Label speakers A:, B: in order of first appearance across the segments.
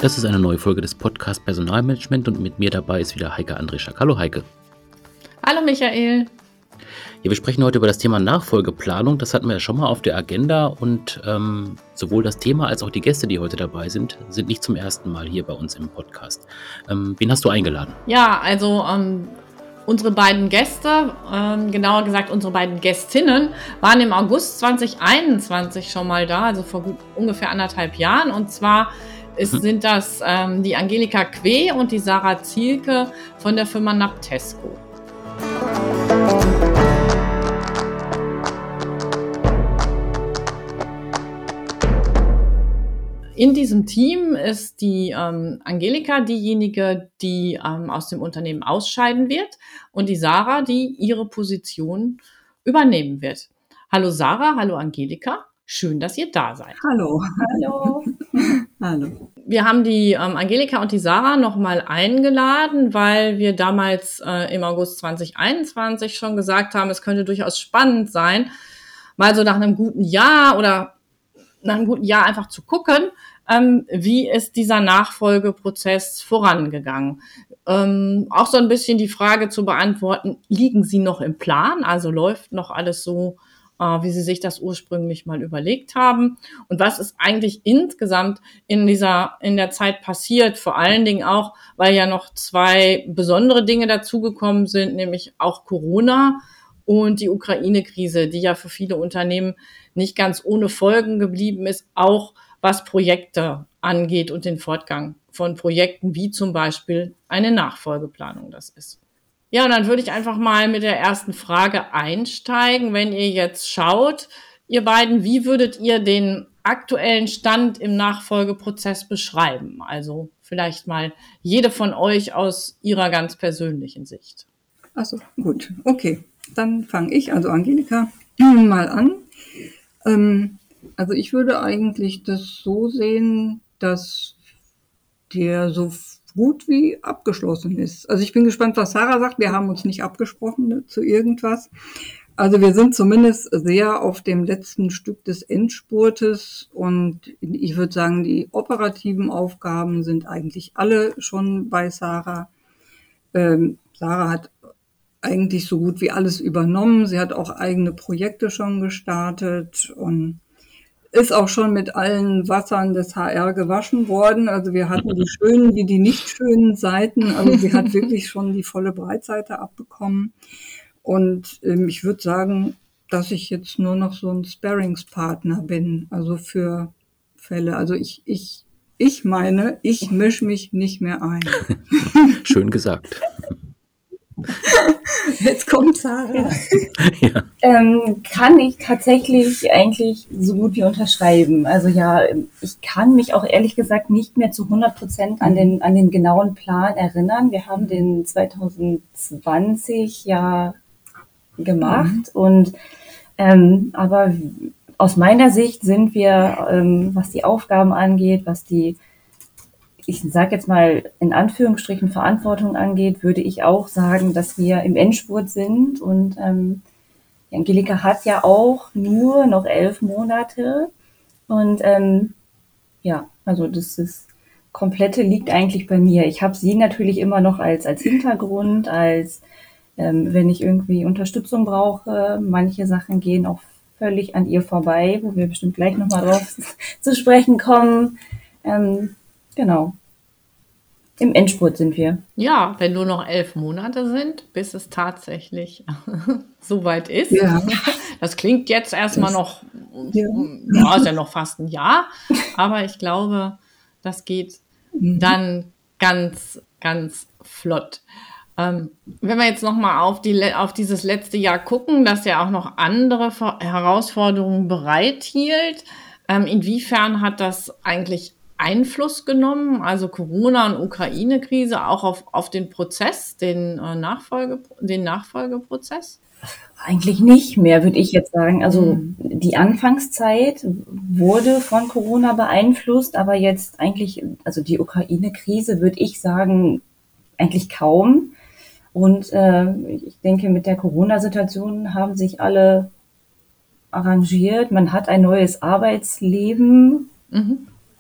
A: Das ist eine neue Folge des Podcasts Personalmanagement und mit mir dabei ist wieder Heike Andrischak. Hallo Heike.
B: Hallo Michael.
A: Ja, wir sprechen heute über das Thema Nachfolgeplanung. Das hatten wir ja schon mal auf der Agenda und sowohl das Thema als auch die Gäste, die heute dabei sind nicht zum ersten Mal hier bei uns im Podcast. Wen hast du eingeladen?
B: Ja, also unsere beiden Gäste, genauer gesagt unsere beiden Gästinnen, waren im August 2021 schon mal da, also vor ungefähr 1,5 Jahren. Und zwar sind das die Angelika Queh und die Sarah Zielke von der Firma Naptesco. In diesem Team ist die Angelika diejenige, die aus dem Unternehmen ausscheiden wird und die Sarah, die ihre Position übernehmen wird. Hallo Sarah, hallo Angelika, schön, dass ihr da seid.
C: Hallo.
B: Hallo.
C: Hallo.
B: Wir haben die Angelika und die Sarah nochmal eingeladen, weil wir damals im August 2021 schon gesagt haben, es könnte durchaus spannend sein, mal so nach einem guten Jahr einfach zu gucken, wie ist dieser Nachfolgeprozess vorangegangen. Auch so ein bisschen die Frage zu beantworten, liegen Sie noch im Plan? Also läuft noch alles so, wie Sie sich das ursprünglich mal überlegt haben? Und was ist eigentlich insgesamt in der Zeit passiert? Vor allen Dingen auch, weil ja noch 2 besondere Dinge dazugekommen sind, nämlich auch Corona und die Ukraine-Krise, die ja für viele Unternehmen nicht ganz ohne Folgen geblieben ist, auch was Projekte angeht und den Fortgang von Projekten, wie zum Beispiel eine Nachfolgeplanung das ist. Ja, und dann würde ich einfach mal mit der ersten Frage einsteigen. Wenn ihr jetzt schaut, ihr beiden, wie würdet ihr den aktuellen Stand im Nachfolgeprozess beschreiben? Also vielleicht mal jede von euch aus ihrer ganz persönlichen Sicht.
C: Ach so, gut, okay. Dann fange ich, also Angelika, mal an. Also ich würde eigentlich das so sehen, dass der so gut wie abgeschlossen ist. Also ich bin gespannt, was Sarah sagt. Wir haben uns nicht abgesprochen zu irgendwas. Also wir sind zumindest sehr auf dem letzten Stück des Endspurtes und ich würde sagen, die operativen Aufgaben sind eigentlich alle schon bei Sarah. Sarah hat eigentlich so gut wie alles übernommen. Sie hat auch eigene Projekte schon gestartet und ist auch schon mit allen Wassern des HR gewaschen worden. Also wir hatten die schönen wie die nicht schönen Seiten. Also sie hat wirklich schon die volle Breitseite abbekommen. Und ich würde sagen, dass ich jetzt nur noch so ein Sparringspartner bin. Also für Fälle. Also ich meine, ich mische mich nicht mehr ein.
A: Schön gesagt.
C: Jetzt kommt Sarah.
D: Ja. Kann ich tatsächlich eigentlich so gut wie unterschreiben. Also ja, ich kann mich auch ehrlich gesagt nicht mehr zu 100% an den genauen Plan erinnern. Wir haben den 2020 ja gemacht und aber aus meiner Sicht sind wir, was die Aufgaben angeht, was die, ich sage jetzt mal in Anführungsstrichen Verantwortung angeht, würde ich auch sagen, dass wir im Endspurt sind und die Angelika hat ja auch nur noch 11 Monate und ja, also das Komplette liegt eigentlich bei mir. Ich habe sie natürlich immer noch als Hintergrund, als wenn ich irgendwie Unterstützung brauche. Manche Sachen gehen auch völlig an ihr vorbei, wo wir bestimmt gleich nochmal drauf zu sprechen kommen. Genau. Im Endspurt sind wir.
B: Ja, wenn nur noch 11 Monate sind, bis es tatsächlich soweit ist.
C: Ja.
B: Das klingt jetzt erstmal noch, ist ja noch fast ein Jahr, aber ich glaube, das geht dann ganz, ganz flott. Wenn wir jetzt nochmal auf dieses letzte Jahr gucken, das ja auch noch andere Herausforderungen bereithielt, inwiefern hat das eigentlich Einfluss genommen, also Corona und Ukraine-Krise, auch auf den Prozess, den Nachfolgeprozess?
D: Eigentlich nicht mehr, würde ich jetzt sagen. Also die Anfangszeit wurde von Corona beeinflusst, aber jetzt eigentlich, also die Ukraine-Krise würde ich sagen, eigentlich kaum. Und ich denke, mit der Corona-Situation haben sich alle arrangiert. Man hat ein neues Arbeitsleben.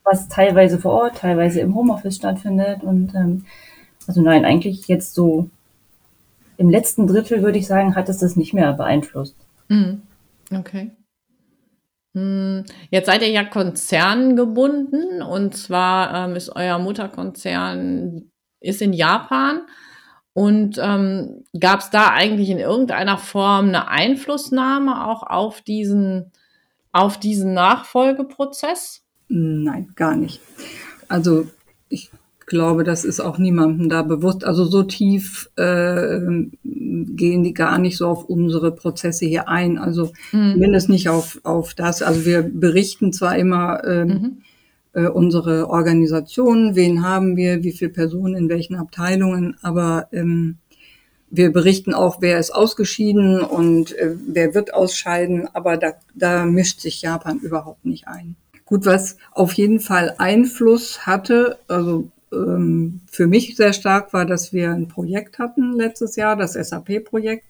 D: was teilweise vor Ort, teilweise im Homeoffice stattfindet. Und also nein, eigentlich jetzt so im letzten Drittel, würde ich sagen, hat es das nicht mehr beeinflusst.
B: Okay. Jetzt seid ihr ja konzerngebunden, und zwar ist euer Mutterkonzern ist in Japan. Und gab es da eigentlich in irgendeiner Form eine Einflussnahme auch auf diesen Nachfolgeprozess?
C: Nein, gar nicht. Also ich glaube, das ist auch niemandem da bewusst. Also so tief gehen die gar nicht so auf unsere Prozesse hier ein. Also zumindest nicht auf das. Also wir berichten zwar immer unsere Organisation, wen haben wir, wie viele Personen in welchen Abteilungen, aber wir berichten auch, wer ist ausgeschieden und wer wird ausscheiden, aber da mischt sich Japan überhaupt nicht ein. Gut, was auf jeden Fall Einfluss hatte, also für mich sehr stark war, dass wir ein Projekt hatten letztes Jahr, das SAP-Projekt,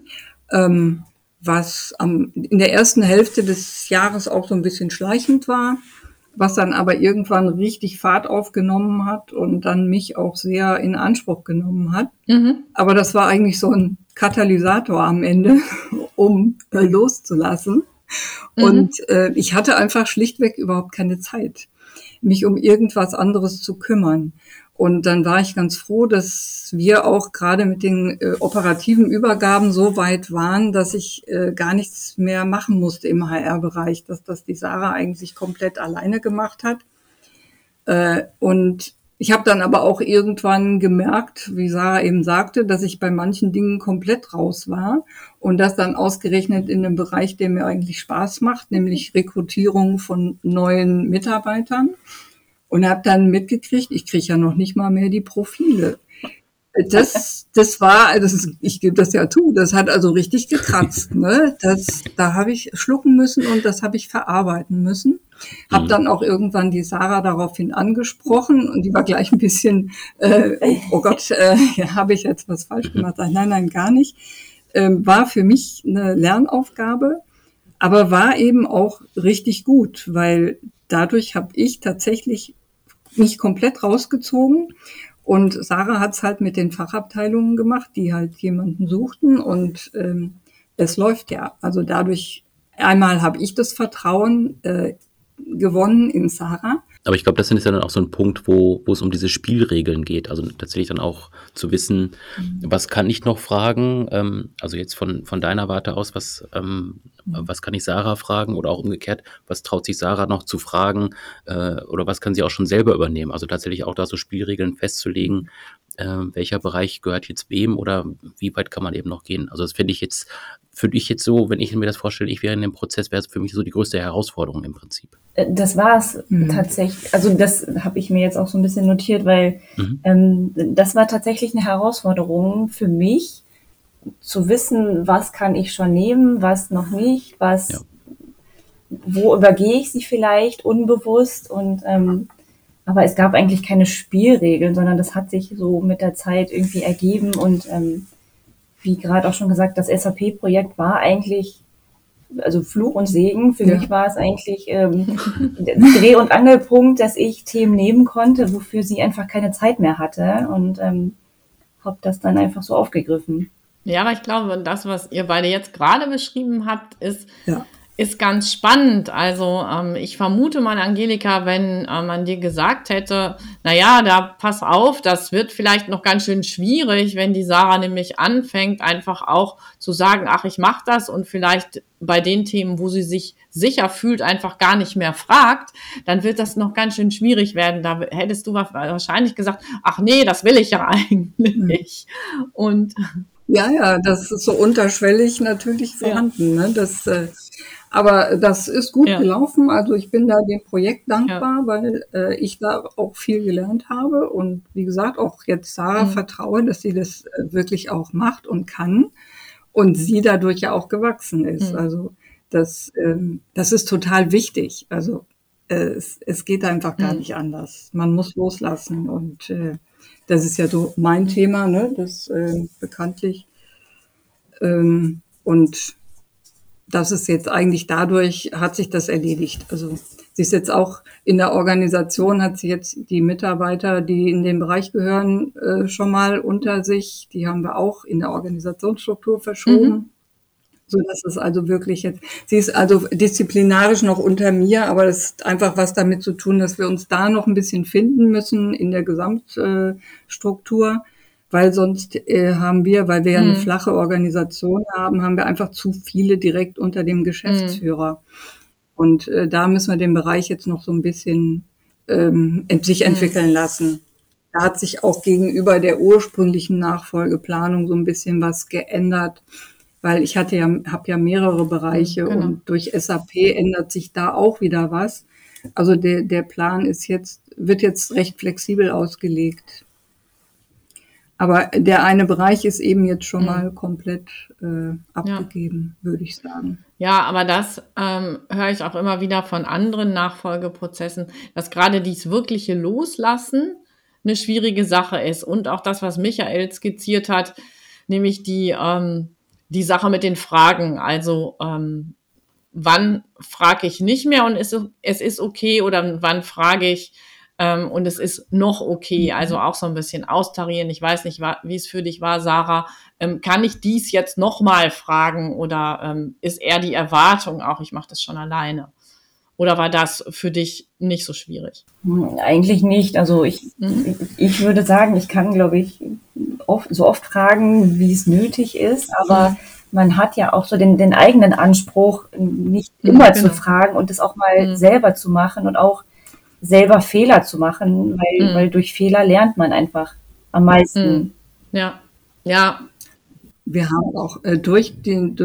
C: was in der ersten Hälfte des Jahres auch so ein bisschen schleichend war, was dann aber irgendwann richtig Fahrt aufgenommen hat und dann mich auch sehr in Anspruch genommen hat. Aber das war eigentlich so ein Katalysator am Ende, um loszulassen. Und ich hatte einfach schlichtweg überhaupt keine Zeit, mich um irgendwas anderes zu kümmern. Und dann war ich ganz froh, dass wir auch gerade mit den operativen Übergaben so weit waren, dass ich gar nichts mehr machen musste im HR-Bereich, dass das die Sarah eigentlich komplett alleine gemacht hat. Und ich habe dann aber auch irgendwann gemerkt, wie Sarah eben sagte, dass ich bei manchen Dingen komplett raus war und das dann ausgerechnet in einem Bereich, der mir eigentlich Spaß macht, nämlich Rekrutierung von neuen Mitarbeitern. Und habe dann mitgekriegt, ich kriege ja noch nicht mal mehr die Profile. Das war, also ich gebe das ja zu, das hat also richtig gekratzt. Ne? Da habe ich schlucken müssen und das habe ich verarbeiten müssen. Habe dann auch irgendwann die Sarah daraufhin angesprochen und die war gleich ein bisschen, oh Gott, habe ich jetzt was falsch gemacht? Nein, gar nicht. War für mich eine Lernaufgabe, aber war eben auch richtig gut, weil dadurch habe ich tatsächlich mich komplett rausgezogen und Sarah hat es halt mit den Fachabteilungen gemacht, die halt jemanden suchten und es läuft ja. Also dadurch, einmal habe ich das Vertrauen gewonnen in Sarah.
A: Aber ich glaube, das ist ja dann auch so ein Punkt, wo es um diese Spielregeln geht. Also tatsächlich dann auch zu wissen, was kann ich noch fragen? Also jetzt von deiner Warte aus, was kann ich Sarah fragen? Oder auch umgekehrt, was traut sich Sarah noch zu fragen? Oder was kann sie auch schon selber übernehmen? Also tatsächlich auch da so Spielregeln festzulegen, welcher Bereich gehört jetzt wem oder wie weit kann man eben noch gehen? Also das finde ich jetzt so, wenn ich mir das vorstelle, ich wäre in dem Prozess, wäre es für mich so die größte Herausforderung im Prinzip.
D: Das war es tatsächlich. Also das habe ich mir jetzt auch so ein bisschen notiert, weil das war tatsächlich eine Herausforderung für mich, zu wissen, was kann ich schon nehmen, was noch nicht, wo übergehe ich sie vielleicht unbewusst und aber es gab eigentlich keine Spielregeln, sondern das hat sich so mit der Zeit irgendwie ergeben und wie gerade auch schon gesagt, das SAP-Projekt war eigentlich, also Fluch und Segen. Für mich war es eigentlich der Dreh- und Angelpunkt, dass ich Themen nehmen konnte, wofür sie einfach keine Zeit mehr hatte und habe das dann einfach so aufgegriffen.
B: Ja, aber ich glaube, das, was ihr beide jetzt gerade beschrieben habt, ist ganz spannend. Also ich vermute mal, Angelika, wenn man dir gesagt hätte, naja, da pass auf, das wird vielleicht noch ganz schön schwierig, wenn die Sarah nämlich anfängt, einfach auch zu sagen, ach, ich mache das und vielleicht bei den Themen, wo sie sich sicher fühlt, einfach gar nicht mehr fragt, dann wird das noch ganz schön schwierig werden. Da hättest du wahrscheinlich gesagt, ach nee, das will ich ja eigentlich. Und
C: ja, das ist so unterschwellig natürlich vorhanden. Ne? Aber das ist gut gelaufen. Also ich bin da dem Projekt dankbar, weil ich da auch viel gelernt habe und wie gesagt auch jetzt Sarah vertraue, dass sie das wirklich auch macht und kann und sie dadurch ja auch gewachsen ist. Also das ist total wichtig. Also es geht einfach gar nicht anders. Man muss loslassen und das ist ja so mein Thema, ne? Das bekanntlich und das ist jetzt eigentlich dadurch, hat sich das erledigt. Also sie ist jetzt auch in der Organisation, hat sie jetzt die Mitarbeiter, die in den Bereich gehören, schon mal unter sich. Die haben wir auch in der Organisationsstruktur verschoben. So dass es also wirklich jetzt, sie ist also disziplinarisch noch unter mir, aber das ist einfach was damit zu tun, dass wir uns da noch ein bisschen finden müssen in der Gesamtstruktur, weil sonst haben wir, weil wir ja eine flache Organisation haben, haben wir einfach zu viele direkt unter dem Geschäftsführer. Und da müssen wir den Bereich jetzt noch so ein bisschen sich entwickeln lassen. Da hat sich auch gegenüber der ursprünglichen Nachfolgeplanung so ein bisschen was geändert, weil ich habe ja mehrere Bereiche und durch SAP ändert sich da auch wieder was. Also der Plan wird jetzt recht flexibel ausgelegt. Aber der eine Bereich ist eben jetzt schon mal komplett abgegeben, würde ich sagen.
B: Ja, aber das höre ich auch immer wieder von anderen Nachfolgeprozessen, dass gerade dies wirkliche Loslassen eine schwierige Sache ist. Und auch das, was Michael skizziert hat, nämlich die Sache mit den Fragen. Also wann frage ich nicht mehr und es ist okay, oder wann frage ich und es ist noch okay. Also auch so ein bisschen austarieren. Ich weiß nicht, wie es für dich war, Sarah. Kann ich dies jetzt nochmal fragen oder ist eher die Erwartung auch, ich mache das schon alleine? Oder war das für dich nicht so schwierig?
D: Eigentlich nicht. Also ich würde sagen, ich kann, glaube ich, so oft fragen, wie es nötig ist, aber man hat ja auch so den eigenen Anspruch, nicht immer zu fragen und es auch mal selber zu machen und auch selber Fehler zu machen, weil durch Fehler lernt man einfach am meisten.
B: Ja.
C: Wir haben auch durch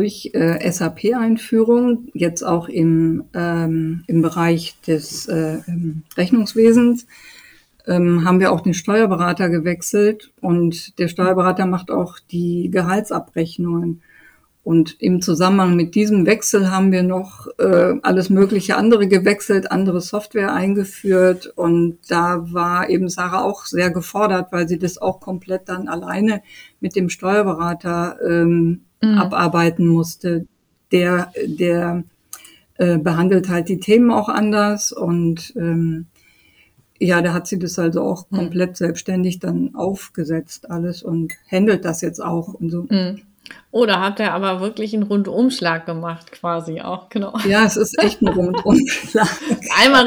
C: SAP-Einführung, jetzt auch im Bereich des Rechnungswesens, haben wir auch den Steuerberater gewechselt und der Steuerberater macht auch die Gehaltsabrechnungen. Und im Zusammenhang mit diesem Wechsel haben wir noch alles mögliche andere gewechselt, andere Software eingeführt. Und da war eben Sarah auch sehr gefordert, weil sie das auch komplett dann alleine mit dem Steuerberater abarbeiten musste. Der behandelt halt die Themen auch anders. Und da hat sie das also auch komplett selbstständig dann aufgesetzt alles und handelt das jetzt auch. Und so.
B: Oder habt ihr aber wirklich einen Rundumschlag gemacht, quasi auch, genau.
C: Ja, es ist echt ein Rundumschlag.
B: Einmal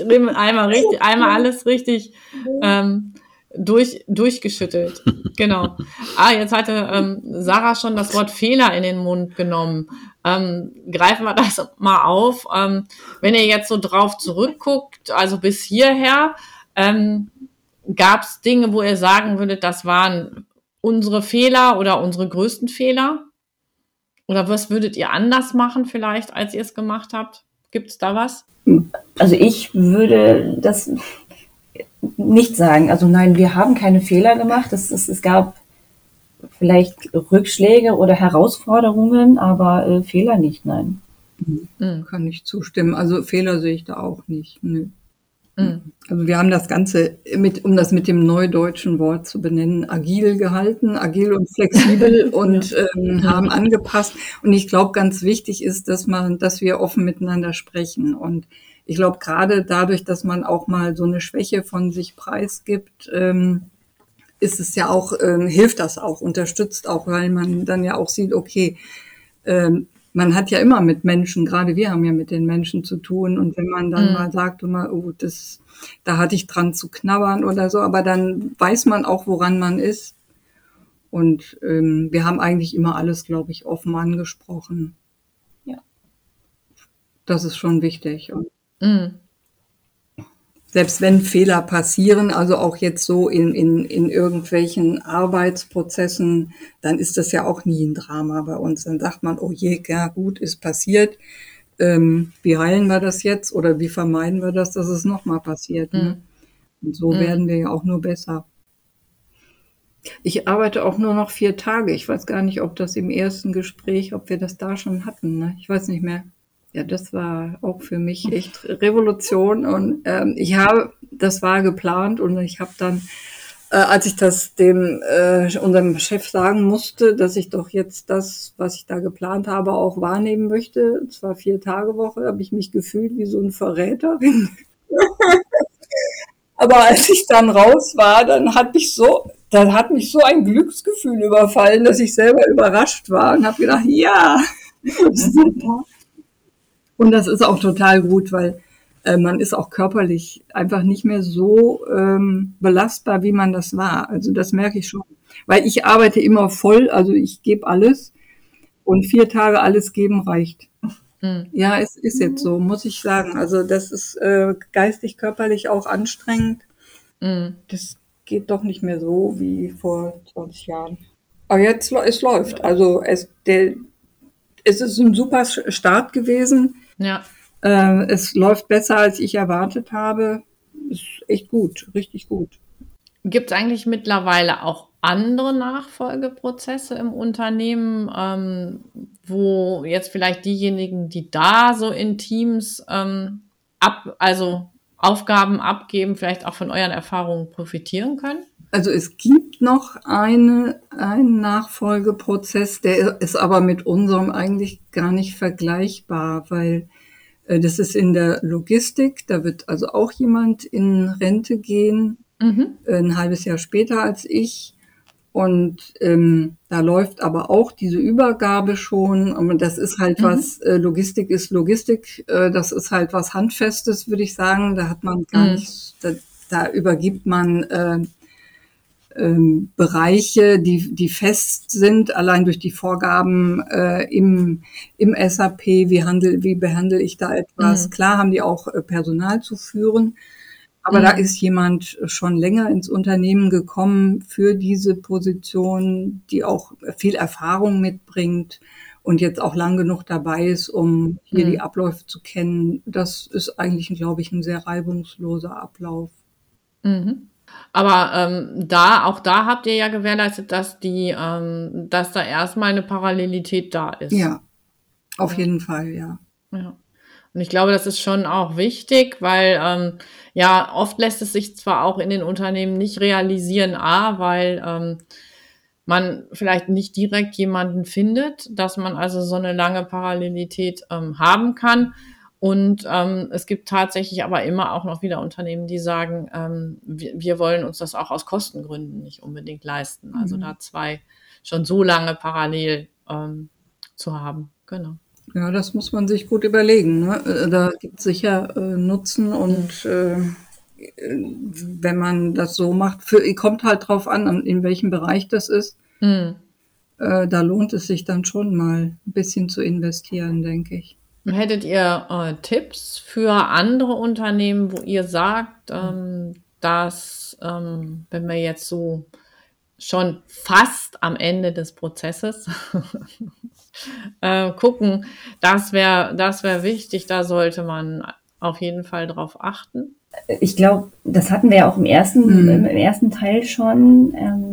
B: alles richtig durchgeschüttelt. Genau. Jetzt hatte Sarah schon das Wort Fehler in den Mund genommen. Greifen wir das mal auf. Wenn ihr jetzt so drauf zurückguckt, also bis hierher, gab es Dinge, wo ihr sagen würdet, das waren unsere Fehler oder unsere größten Fehler? Oder was würdet ihr anders machen vielleicht, als ihr es gemacht habt? Gibt es da was?
D: Also ich würde das nicht sagen. Also nein, wir haben keine Fehler gemacht. Es gab vielleicht Rückschläge oder Herausforderungen, aber Fehler nicht, nein.
C: Kann ich zustimmen. Also Fehler sehe ich da auch nicht. Nö. Also wir haben das Ganze, um das mit dem neudeutschen Wort zu benennen, agil gehalten, agil und flexibel und haben angepasst. Und ich glaube, ganz wichtig ist, dass wir offen miteinander sprechen. Und ich glaube, gerade dadurch, dass man auch mal so eine Schwäche von sich preisgibt, ist es ja auch, hilft das auch, unterstützt auch, weil man dann ja auch sieht, okay, man hat ja immer mit Menschen, gerade wir haben ja mit den Menschen zu tun. Und wenn man dann mal sagt, da hatte ich dran zu knabbern oder so, aber dann weiß man auch, woran man ist. Und wir haben eigentlich immer alles, glaube ich, offen angesprochen.
D: Ja.
C: Das ist schon wichtig. Und selbst wenn Fehler passieren, also auch jetzt so in irgendwelchen Arbeitsprozessen, dann ist das ja auch nie ein Drama bei uns. Dann sagt man, oh je, ja gut, ist passiert. Wie heilen wir das jetzt oder wie vermeiden wir das, dass es nochmal passiert? Ne? Und so werden wir ja auch nur besser. Ich arbeite auch nur noch 4 Tage. Ich weiß gar nicht, ob das im ersten Gespräch, ob wir das da schon hatten. Ne? Ich weiß nicht mehr. Ja, das war auch für mich echt Revolution und das war geplant und ich habe dann als ich das unserem Chef sagen musste, dass ich doch jetzt das, was ich da geplant habe, auch wahrnehmen möchte, und zwar 4-Tage-Woche, habe ich mich gefühlt wie so eine Verräterin. Aber als ich dann raus war, dann hat mich so ein Glücksgefühl überfallen, dass ich selber überrascht war und habe gedacht, ja, super. Und das ist auch total gut, weil man ist auch körperlich einfach nicht mehr so belastbar, wie man das war. Also das merke ich schon. Weil ich arbeite immer voll, also ich gebe alles und 4 Tage alles geben reicht. Ja, es ist jetzt so, muss ich sagen. Also das ist geistig, körperlich auch anstrengend. Das geht doch nicht mehr so wie vor 20 Jahren. Aber jetzt, es läuft. Also es ist ein super Start gewesen.
B: Ja.
C: Es läuft besser, als ich erwartet habe. Ist echt gut, richtig gut.
B: Gibt es eigentlich mittlerweile auch andere Nachfolgeprozesse im Unternehmen, wo jetzt vielleicht diejenigen, die da so in Teams also Aufgaben abgeben, vielleicht auch von euren Erfahrungen profitieren können?
C: Also es gibt noch einen Nachfolgeprozess, der ist aber mit unserem eigentlich gar nicht vergleichbar, weil das ist in der Logistik. Da wird also auch jemand in Rente gehen, ein halbes Jahr später als ich. Und da läuft aber auch diese Übergabe schon. Und das ist halt was, Logistik ist Logistik. Das ist halt was Handfestes, würde ich sagen. Da hat man gar nicht, da übergibt man Bereiche, die fest sind, allein durch die Vorgaben im SAP, wie behandle ich da etwas. Klar haben die auch Personal zu führen, aber da ist jemand schon länger ins Unternehmen gekommen für diese Position, die auch viel Erfahrung mitbringt und jetzt auch lang genug dabei ist, um hier die Abläufe zu kennen. Das ist eigentlich, glaube ich, ein sehr reibungsloser Ablauf.
B: Aber auch da habt ihr ja gewährleistet, dass dass da erstmal eine Parallelität da ist.
C: Ja, auf jeden Fall, ja.
B: Ja. Und ich glaube, das ist schon auch wichtig, weil ja, oft lässt es sich zwar auch in den Unternehmen nicht realisieren, weil man vielleicht nicht direkt jemanden findet, dass man also so eine lange Parallelität haben kann. Und es gibt tatsächlich aber immer auch noch wieder Unternehmen, die sagen, wir wollen uns das auch aus Kostengründen nicht unbedingt leisten. Also da 2 schon so lange parallel zu haben. Genau.
C: Ja, das muss man sich gut überlegen. Ne? Da gibt es sicher Nutzen und wenn man das so macht, kommt halt drauf an, in welchem Bereich das ist. Da lohnt es sich dann schon mal ein bisschen zu investieren, denke ich.
B: Hättet ihr Tipps für andere Unternehmen, wo ihr sagt, dass, wenn wir jetzt so schon fast am Ende des Prozesses gucken, das wäre wichtig, da sollte man auf jeden Fall drauf achten?
D: Ich glaube, das hatten wir ja auch im ersten Teil schon.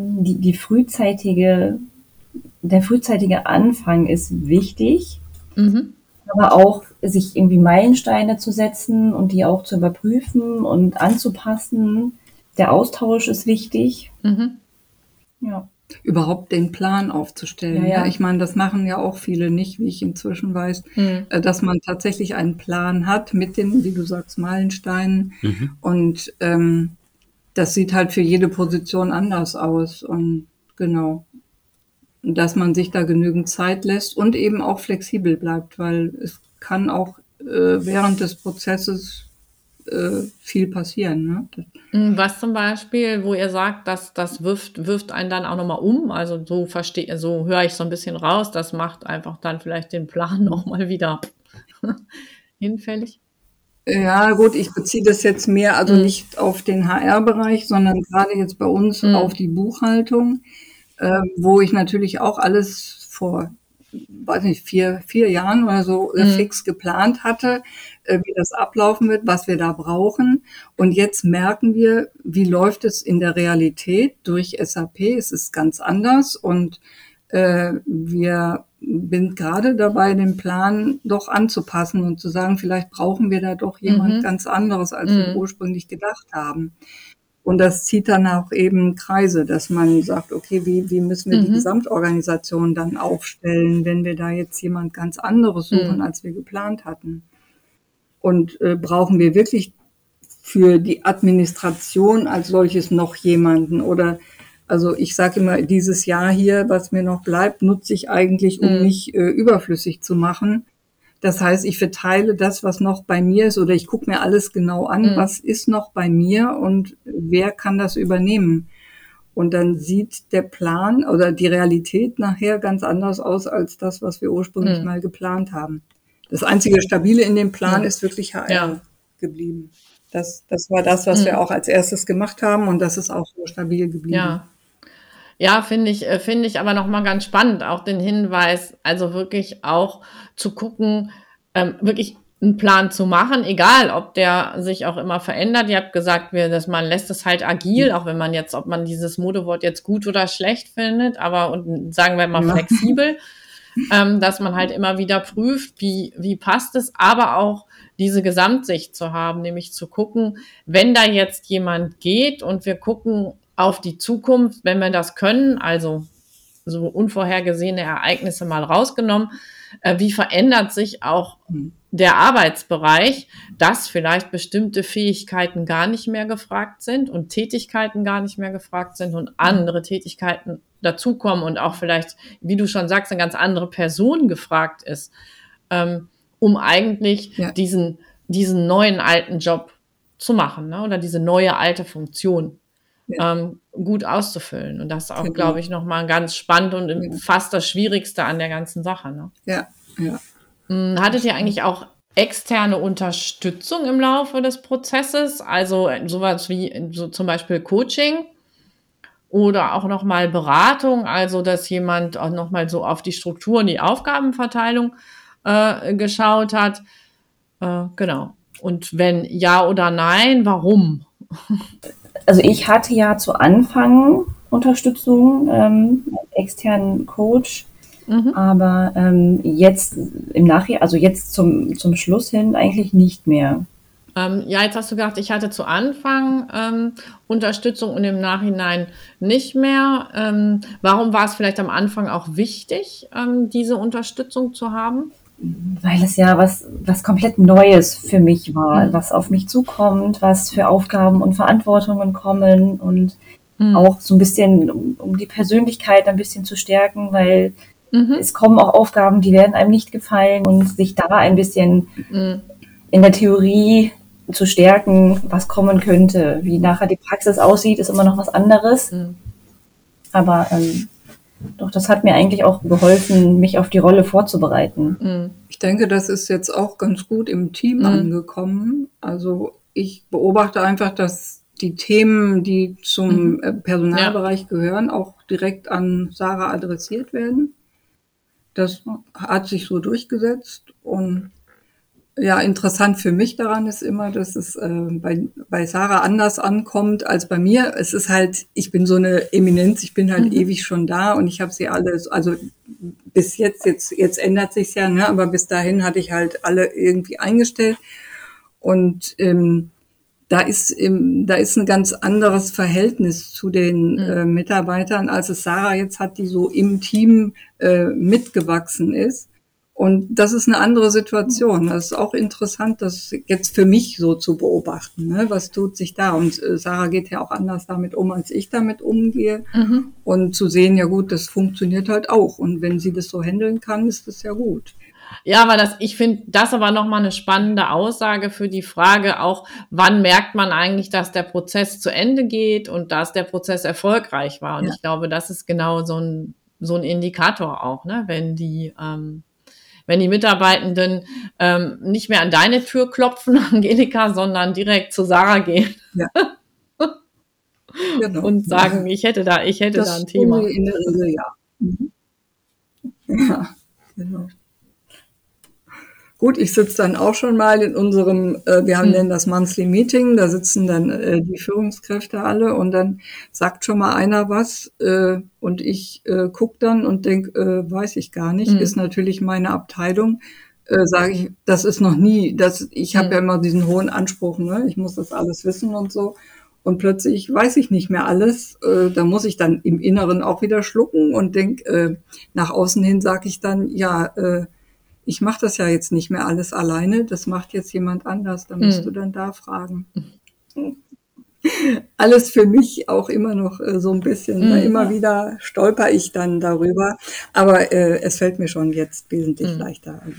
D: Der frühzeitige Anfang ist wichtig. Aber auch sich irgendwie Meilensteine zu setzen und die auch zu überprüfen und anzupassen. Der Austausch ist wichtig. Ja.
C: Überhaupt den Plan aufzustellen. Ja. Ich meine, das machen ja auch viele nicht, wie ich inzwischen weiß, dass man tatsächlich einen Plan hat mit den, wie du sagst, Meilensteinen. Und das sieht halt für jede Position anders aus. Und genau. Dass man sich da genügend Zeit lässt und eben auch flexibel bleibt, weil es kann auch während des Prozesses viel passieren. Ne?
B: Was zum Beispiel, wo ihr sagt, dass das wirft einen dann auch nochmal um, also so höre ich so ein bisschen raus, das macht einfach dann vielleicht den Plan nochmal wieder hinfällig?
C: Ja, gut, ich beziehe das jetzt mehr, also nicht auf den HR-Bereich, sondern gerade jetzt bei uns auf die Buchhaltung. Wo ich natürlich auch alles vor, weiß nicht, 4 Jahren oder so fix geplant hatte, wie das ablaufen wird, was wir da brauchen. Und jetzt merken wir, wie läuft es in der Realität durch SAP. Es ist ganz anders und wir sind gerade dabei, den Plan doch anzupassen und zu sagen, vielleicht brauchen wir da doch jemand ganz anderes, als wir ursprünglich gedacht haben. Und das zieht dann auch eben Kreise, dass man sagt, okay, wie müssen wir die Gesamtorganisation dann aufstellen, wenn wir da jetzt jemand ganz anderes suchen, als wir geplant hatten? Und brauchen wir wirklich für die Administration als solches noch jemanden? Oder, also ich sage immer, dieses Jahr hier, was mir noch bleibt, nutze ich eigentlich, um mich überflüssig zu machen. Das heißt, ich verteile das, was noch bei mir ist, oder ich gucke mir alles genau an, was ist noch bei mir und wer kann das übernehmen. Und dann sieht der Plan oder die Realität nachher ganz anders aus als das, was wir ursprünglich mal geplant haben. Das einzige Stabile in dem Plan ist wirklich HR geblieben. Das war das, was wir auch als erstes gemacht haben, und das ist auch so stabil geblieben.
B: Ja, finde ich aber nochmal ganz spannend, auch den Hinweis, also wirklich auch zu gucken, wirklich einen Plan zu machen, egal ob der sich auch immer verändert. Ihr habt gesagt, man lässt es halt agil, auch wenn ob man dieses Modewort jetzt gut oder schlecht findet, und sagen wir mal flexibel, dass man halt immer wieder prüft, wie passt es, aber auch diese Gesamtsicht zu haben, nämlich zu gucken, wenn da jetzt jemand geht und wir gucken auf die Zukunft, wenn wir das können, also so unvorhergesehene Ereignisse mal rausgenommen, wie verändert sich auch der Arbeitsbereich, dass vielleicht bestimmte Fähigkeiten gar nicht mehr gefragt sind und Tätigkeiten gar nicht mehr gefragt sind und andere Tätigkeiten dazukommen und auch vielleicht, wie du schon sagst, eine ganz andere Person gefragt ist, um eigentlich diesen neuen alten Job zu machen, ne? Oder diese neue alte Funktion gut auszufüllen. Und das ist auch, glaube ich, nochmal ganz spannend und fast das Schwierigste an der ganzen Sache. Ne?
C: Ja.
B: Hattet ihr eigentlich auch externe Unterstützung im Laufe des Prozesses? Also sowas wie so zum Beispiel Coaching oder auch nochmal Beratung, also dass jemand auch nochmal so auf die Struktur und die Aufgabenverteilung geschaut hat. Genau. Und wenn ja oder nein, warum?
D: Also ich hatte ja zu Anfang Unterstützung, externen Coach, aber jetzt im Nachhinein, also jetzt zum Schluss hin eigentlich nicht mehr.
B: Jetzt hast du gesagt, ich hatte zu Anfang Unterstützung und im Nachhinein nicht mehr. Warum war es vielleicht am Anfang auch wichtig, diese Unterstützung zu haben?
D: Weil es ja was komplett Neues für mich war, was auf mich zukommt, was für Aufgaben und Verantwortungen kommen und auch so ein bisschen, um die Persönlichkeit ein bisschen zu stärken, weil es kommen auch Aufgaben, die werden einem nicht gefallen, und sich da ein bisschen in der Theorie zu stärken, was kommen könnte. Wie nachher die Praxis aussieht, ist immer noch was anderes. Aber doch, das hat mir eigentlich auch geholfen, mich auf die Rolle vorzubereiten.
C: Ich denke, das ist jetzt auch ganz gut im Team angekommen. Also ich beobachte einfach, dass die Themen, die zum Personalbereich gehören, auch direkt an Sarah adressiert werden. Das hat sich so durchgesetzt. Und ja, interessant für mich daran ist immer, dass es bei Sarah anders ankommt als bei mir. Es ist halt, ich bin so eine Eminenz, ich bin halt ewig schon da und ich habe sie alles, also bis jetzt ändert sich's ja, ne? Aber bis dahin hatte ich halt alle irgendwie eingestellt. Und da ist ein ganz anderes Verhältnis zu den Mitarbeitern, als es Sarah jetzt hat, die so im Team mitgewachsen ist. Und das ist eine andere Situation. Das ist auch interessant, das jetzt für mich so zu beobachten, ne? Was tut sich da? Und Sarah geht ja auch anders damit um, als ich damit umgehe. Und zu sehen, ja gut, das funktioniert halt auch. Und wenn sie das so handeln kann, ist das ja gut.
B: Ja, aber ich finde das aber nochmal eine spannende Aussage für die Frage auch, wann merkt man eigentlich, dass der Prozess zu Ende geht und dass der Prozess erfolgreich war. Und ich glaube, das ist genau so ein Indikator auch, ne? Wenn die Mitarbeitenden nicht mehr an deine Tür klopfen, Angelika, sondern direkt zu Sarah gehen.
C: Ja. Genau.
B: Und sagen, ich hätte da ein Thema.
C: In der Regel, ja. Ja, genau. Gut, ich sitze dann auch schon mal in unserem, wir haben dann das Monthly Meeting, da sitzen dann die Führungskräfte alle und dann sagt schon mal einer was und ich gucke dann und denke, weiß ich gar nicht, ist natürlich meine Abteilung, sage ich, das ist noch nie, ich habe ja immer diesen hohen Anspruch, ne? Ich muss das alles wissen und so. und plötzlich weiß ich nicht mehr alles. Da muss ich dann im Inneren auch wieder schlucken und denke, nach außen hin sage ich dann, ich mache das ja jetzt nicht mehr alles alleine, das macht jetzt jemand anders, da musst du dann da fragen. Alles für mich auch immer noch so ein bisschen, immer wieder stolper ich dann darüber, aber es fällt mir schon jetzt wesentlich leichter. Also.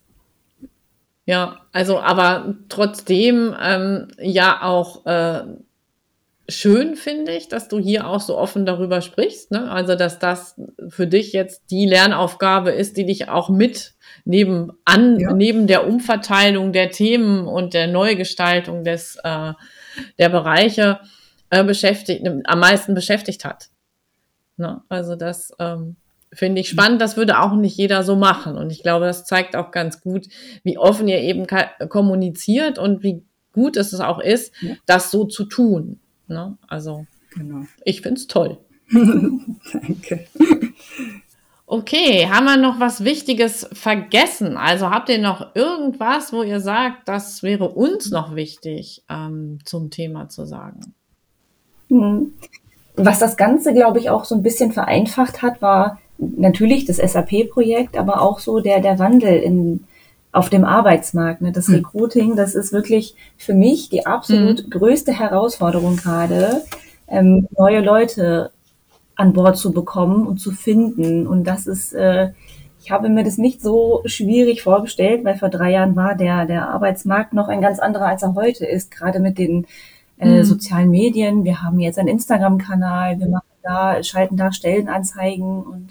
B: Ja, also aber trotzdem ja auch schön finde ich, dass du hier auch so offen darüber sprichst, ne? Also dass das für dich jetzt die Lernaufgabe ist, die dich auch mit neben der Umverteilung der Themen und der Neugestaltung der Bereiche am meisten beschäftigt hat. Ne? Also das finde ich spannend, das würde auch nicht jeder so machen. Und ich glaube, das zeigt auch ganz gut, wie offen ihr eben kommuniziert und wie gut es auch ist, das so zu tun. Ne? Also, Ich finde es toll.
C: Danke.
B: Okay, haben wir noch was Wichtiges vergessen? Also habt ihr noch irgendwas, wo ihr sagt, das wäre uns noch wichtig zum Thema zu sagen?
D: Was das Ganze, glaube ich, auch so ein bisschen vereinfacht hat, war natürlich das SAP-Projekt, aber auch so der Wandel auf dem Arbeitsmarkt. Ne? Das Recruiting, das ist wirklich für mich die absolut größte Herausforderung gerade, neue Leute an Bord zu bekommen und zu finden. Und das ist, ich habe mir das nicht so schwierig vorgestellt, weil vor 3 Jahren war der Arbeitsmarkt noch ein ganz anderer, als er heute ist, gerade mit den sozialen Medien. Wir haben jetzt einen Instagram-Kanal, wir schalten da Stellenanzeigen und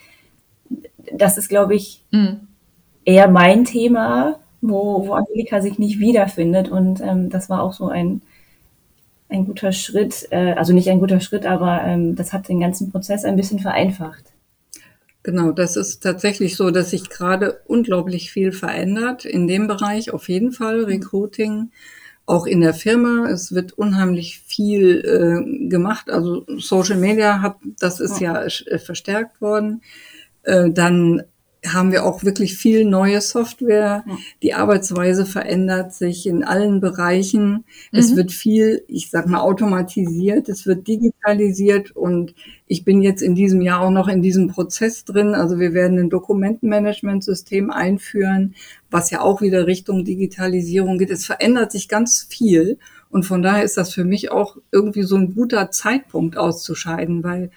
D: das ist, glaube ich, eher mein Thema, wo Angelika sich nicht wiederfindet und das war auch so ein guter Schritt, also nicht ein guter Schritt, aber das hat den ganzen Prozess ein bisschen vereinfacht.
C: Genau, das ist tatsächlich so, dass sich gerade unglaublich viel verändert in dem Bereich, auf jeden Fall Recruiting. Auch in der Firma, es wird unheimlich viel gemacht. Also Social Media das ist ja verstärkt worden. Dann haben wir auch wirklich viel neue Software. Die Arbeitsweise verändert sich in allen Bereichen. Es wird viel, ich sag mal, automatisiert, es wird digitalisiert und ich bin jetzt in diesem Jahr auch noch in diesem Prozess drin. Also wir werden ein Dokumentenmanagementsystem einführen, was ja auch wieder Richtung Digitalisierung geht. Es verändert sich ganz viel und von daher ist das für mich auch irgendwie so ein guter Zeitpunkt auszuscheiden, weil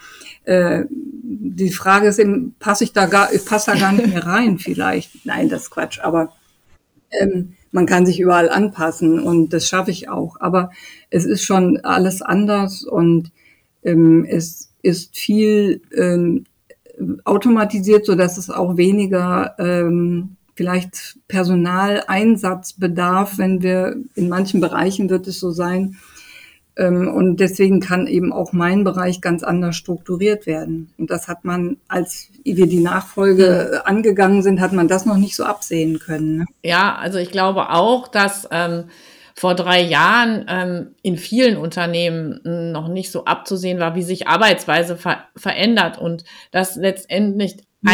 C: die Frage ist eben, passe da gar nicht mehr rein vielleicht. Nein, das ist Quatsch, aber man kann sich überall anpassen und das schaffe ich auch. Aber es ist schon alles anders und es ist viel automatisiert, so dass es auch weniger vielleicht Personaleinsatz bedarf, wenn wir in manchen Bereichen wird es so sein. Und deswegen kann eben auch mein Bereich ganz anders strukturiert werden. Und das hat man, als wir die Nachfolge angegangen sind, hat man das noch nicht so absehen können. Ne?
B: Ja, also ich glaube auch, dass vor 3 Jahren in vielen Unternehmen noch nicht so abzusehen war, wie sich Arbeitsweise verändert und dass letztendlich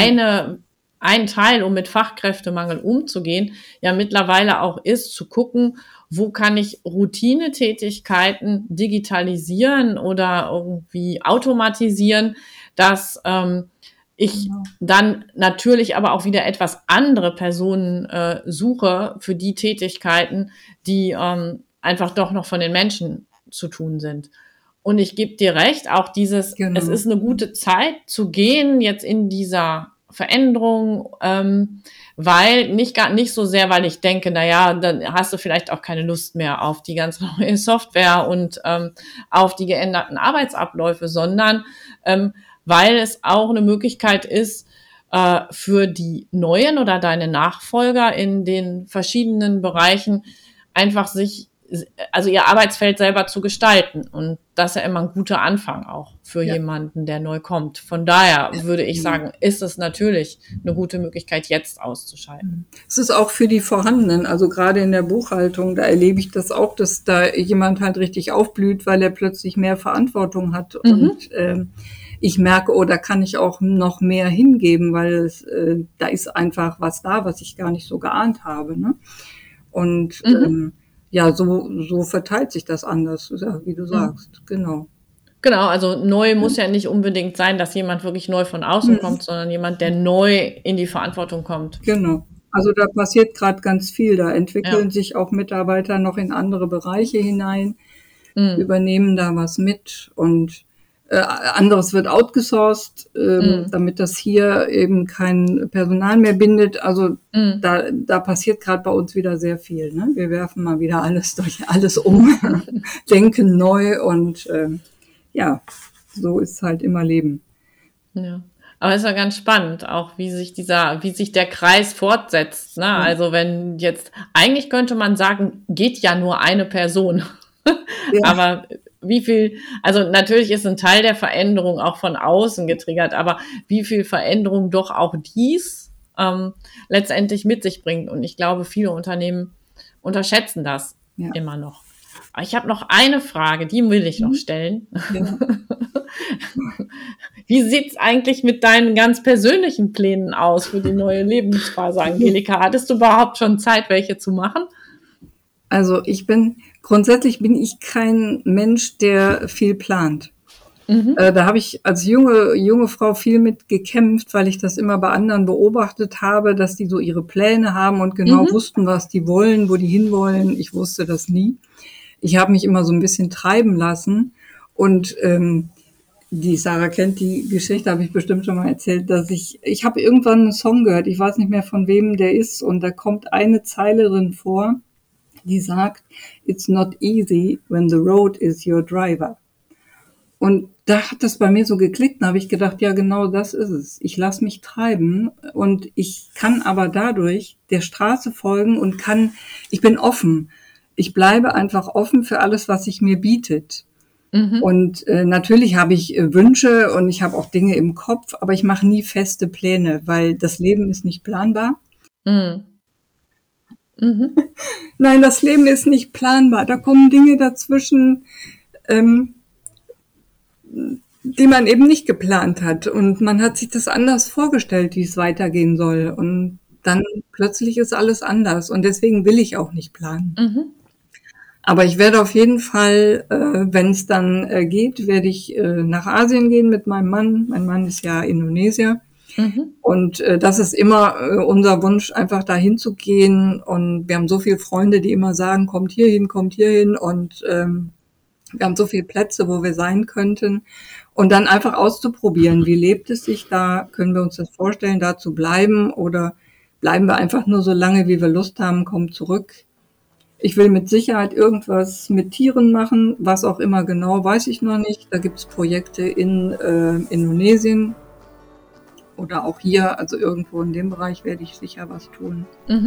B: ein Teil, um mit Fachkräftemangel umzugehen, ja mittlerweile auch ist, zu gucken, wo kann ich Routinetätigkeiten digitalisieren oder irgendwie automatisieren, dass ich dann natürlich aber auch wieder etwas andere Personen suche für die Tätigkeiten, die einfach doch noch von den Menschen zu tun sind. Und ich gebe dir recht, auch es ist eine gute Zeit zu gehen jetzt in dieser Veränderung, weil nicht so sehr, weil ich denke, dann hast du vielleicht auch keine Lust mehr auf die ganz neue Software und auf die geänderten Arbeitsabläufe, sondern weil es auch eine Möglichkeit ist, für die Neuen oder deine Nachfolger in den verschiedenen Bereichen einfach ihr Arbeitsfeld selber zu gestalten. Und das ist ja immer ein guter Anfang auch für jemanden, der neu kommt. Von daher würde ich sagen, ist es natürlich eine gute Möglichkeit, jetzt auszuschalten.
C: Es ist auch für die Vorhandenen, also gerade in der Buchhaltung, da erlebe ich das auch, dass da jemand halt richtig aufblüht, weil er plötzlich mehr Verantwortung hat und ich merke, da kann ich auch noch mehr hingeben, weil da ist einfach was da, was ich gar nicht so geahnt habe. Ne? Und ja, so verteilt sich das anders, ja, wie du sagst, genau.
B: Genau, also neu muss ja nicht unbedingt sein, dass jemand wirklich neu von außen kommt, sondern jemand, der neu in die Verantwortung kommt.
C: Genau. Also da passiert gerade ganz viel. Da entwickeln sich auch Mitarbeiter noch in andere Bereiche hinein, übernehmen da was mit und anderes wird outgesourced, damit das hier eben kein Personal mehr bindet. Also da passiert gerade bei uns wieder sehr viel. Ne? Wir werfen mal wieder alles um, denken neu und ja, so ist halt immer Leben.
B: Ja. Aber es ist ja ganz spannend, auch wie sich der Kreis fortsetzt. Ne? Also wenn jetzt, eigentlich könnte man sagen, geht ja nur eine Person. Ja. Aber wie viel, also natürlich ist ein Teil der Veränderung auch von außen getriggert, aber wie viel Veränderung doch auch dies letztendlich mit sich bringt. Und ich glaube, viele Unternehmen unterschätzen das immer noch. Aber ich habe noch eine Frage, die will ich noch stellen. Ja. Wie sieht's eigentlich mit deinen ganz persönlichen Plänen aus für die neue Lebensphase, Angelika? Hattest du überhaupt schon Zeit, welche zu machen?
C: Also grundsätzlich bin ich kein Mensch, der viel plant. Da habe ich als junge Frau viel mit gekämpft, weil ich das immer bei anderen beobachtet habe, dass die so ihre Pläne haben und genau wussten, was die wollen, wo die hinwollen. Ich wusste das nie. Ich habe mich immer so ein bisschen treiben lassen und die Sarah kennt die Geschichte, habe ich bestimmt schon mal erzählt, dass ich habe irgendwann einen Song gehört, ich weiß nicht mehr von wem der ist und da kommt eine Zeile drin vor, die sagt, it's not easy when the road is your driver. Und da hat das bei mir so geklickt, da habe ich gedacht, ja genau das ist es. Ich lasse mich treiben und ich kann aber dadurch der Straße folgen und ich bin offen. Ich bleibe einfach offen für alles, was sich mir bietet. Und natürlich habe ich Wünsche und ich habe auch Dinge im Kopf, aber ich mache nie feste Pläne, weil das Leben ist nicht planbar. Nein, das Leben ist nicht planbar. Da kommen Dinge dazwischen, die man eben nicht geplant hat. Und man hat sich das anders vorgestellt, wie es weitergehen soll. Und dann plötzlich ist alles anders. Und deswegen will ich auch nicht planen. Aber ich werde auf jeden Fall, wenn es dann geht, werde ich nach Asien gehen mit meinem Mann. Mein Mann ist ja Indonesier. Und das ist immer unser Wunsch, einfach dahin zu gehen. Und wir haben so viele Freunde, die immer sagen, kommt hier hin. Und wir haben so viele Plätze, wo wir sein könnten. Und dann einfach auszuprobieren, wie lebt es sich da? Können wir uns das vorstellen, da zu bleiben? Oder bleiben wir einfach nur so lange, wie wir Lust haben, kommen zurück? Ich will mit Sicherheit irgendwas mit Tieren machen, was auch immer genau, weiß ich noch nicht. Da gibt es Projekte in Indonesien oder auch hier, also irgendwo in dem Bereich werde ich sicher was tun.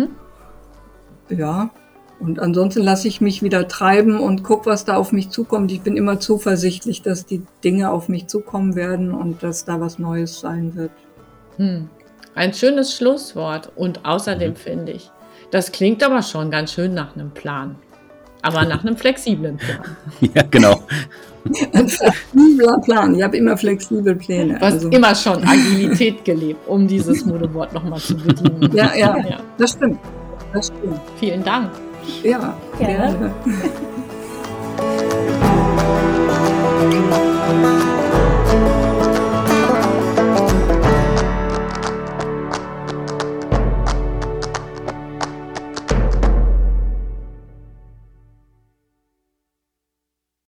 C: Ja, und ansonsten lasse ich mich wieder treiben und gucke, was da auf mich zukommt. Ich bin immer zuversichtlich, dass die Dinge auf mich zukommen werden und dass da was Neues sein wird.
B: Ein schönes Schlusswort und außerdem finde ich, das klingt aber schon ganz schön nach einem Plan. Aber nach einem flexiblen Plan.
A: Ja, genau.
C: Ein flexibler Plan. Ich habe immer flexible Pläne.
B: Du hast immer schon Agilität gelebt, um dieses Modewort nochmal zu bedienen.
C: Ja, das stimmt.
B: Vielen Dank.
C: Ja, gerne.